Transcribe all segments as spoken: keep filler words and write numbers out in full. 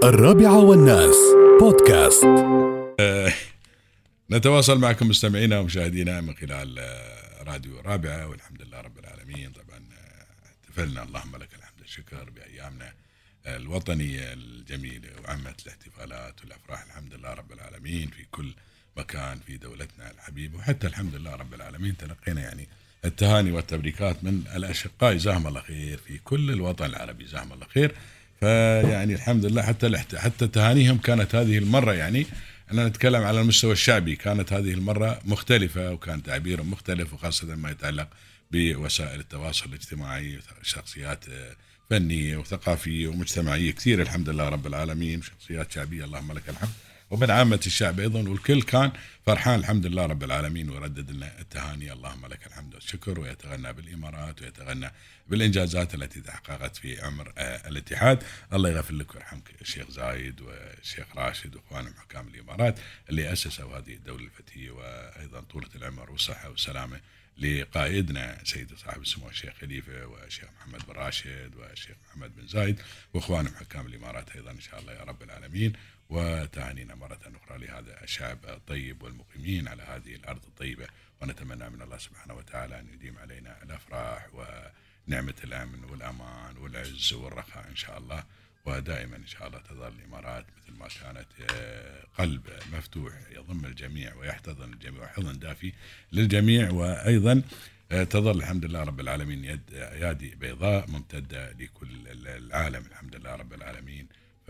الرابعة والناس بودكاست. أه نتواصل معكم مستمعينا ومشاهدينا من خلال أه راديو الرابعة، والحمد لله رب العالمين. طبعا أه احتفلنا اللهم لك الحمد والشكر بأيامنا الوطنية الجميلة وعمت الاحتفالات والأفراح الحمد لله رب العالمين في كل مكان في دولتنا الحبيبة، وحتى الحمد لله رب العالمين تلقينا يعني التهاني والتبريكات من الأشقاء جزاهم الله خير في كل الوطن العربي، جزاهم الله خير. فيعني الحمد لله حتى حتى تهانيهم كانت هذه المرة، يعني أنا نتكلم على المستوى الشعبي، كانت هذه المرة مختلفة وكان تعبيرهم مختلف، وخاصة ما يتعلق بوسائل التواصل الاجتماعي، شخصيات فنية وثقافية ومجتمعية كثير الحمد لله رب العالمين، شخصيات شعبية اللهم لك الحمد، ومن عامة الشعب أيضا، والكل كان فرحان الحمد لله رب العالمين ويردد لنا التهاني اللهم لك الحمد والشكر، ويتغنى بالإمارات ويتغنى بالإنجازات التي تحققت في عمر آه الاتحاد. الله يغفر لك ويرحمك الشيخ زايد والشيخ راشد وإخوانهم حكام الإمارات اللي أسسوا هذه الدولة الفتية، وأيضا طولة العمر والصحة والسلامة لقائدنا سيد صاحب السمو الشيخ خليفة والشيخ محمد بن راشد والشيخ محمد بن زايد وإخوانهم حكام الإمارات أيضا إن شاء الله يا رب العالمين. وتهانينا مرة أخرى لهذا الشعب الطيب والمقيمين على هذه الأرض الطيبة، ونتمنى من الله سبحانه وتعالى أن يديم علينا الأفراح ونعمة الأمن والأمان والعز والرخاء إن شاء الله، ودائما إن شاء الله تظل الإمارات مثل ما كانت قلب مفتوح يضم الجميع ويحتضن الجميع وحضن دافي للجميع، وأيضا تظل الحمد لله رب العالمين يد يادي بيضاء ممتدة لكل العالم الحمد لله رب العالمين. ف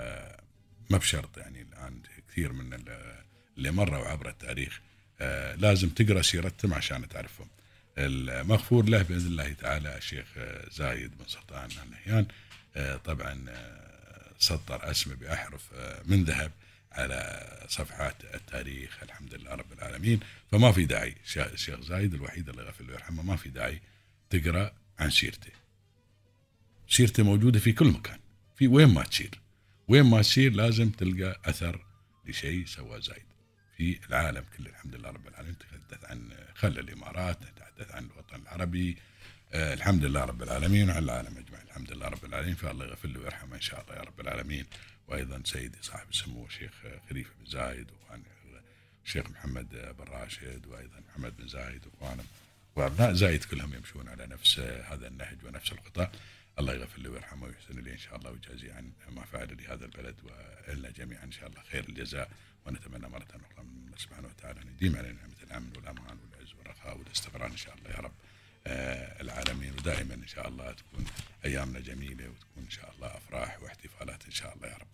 ما بشرط يعني الآن كثير من اللي مروا عبر التاريخ آه لازم تقرأ سيرتهم عشان تعرفهم. المغفور له بإذن الله تعالى الشيخ زايد بن سلطان آل نهيان آه طبعا آه سطر اسمه بأحرف آه من ذهب على صفحات التاريخ الحمد لله رب العالمين. فما في داعي الشيخ زايد الوحيد الله يغفر له ويرحمه ما في داعي تقرأ عن سيرته، سيرته موجودة في كل مكان، في وين ما تسير وين ما تسير لازم تلقى أثر لشيء سوى زايد في العالم كله الحمد لله رب العالمين. تحدث عن خل الإمارات، نتحدث عن الوطن العربي آه الحمد لله رب العالمين، وعن العالم أجمع الحمد لله رب العالمين. فالله يغفر له ويرحمه إن شاء الله يا رب العالمين. وأيضا سيدي صاحب السمو الشيخ خليفة بن زايد وعن الشيخ محمد بن راشد وأيضا محمد بن زايد وأخوانهم وأبناء زايد كلهم يمشون على نفس هذا النهج ونفس الخطى. الله يغفر له ويرحمه ويحسن إليه إن شاء الله ويجازي عن ما فعل لهذا البلد وإلنا جميعا إن شاء الله خير الجزاء. ونتمنى مرة أخرى من الله سبحانه وتعالى أن يديم علينا نعمة الأمن والأمان والعز والرخاء والاستقرار إن شاء الله يا رب آه العالمين. ودائما إن شاء الله تكون أيامنا جميلة وتكون إن شاء الله أفراح واحتفالات إن شاء الله يا رب.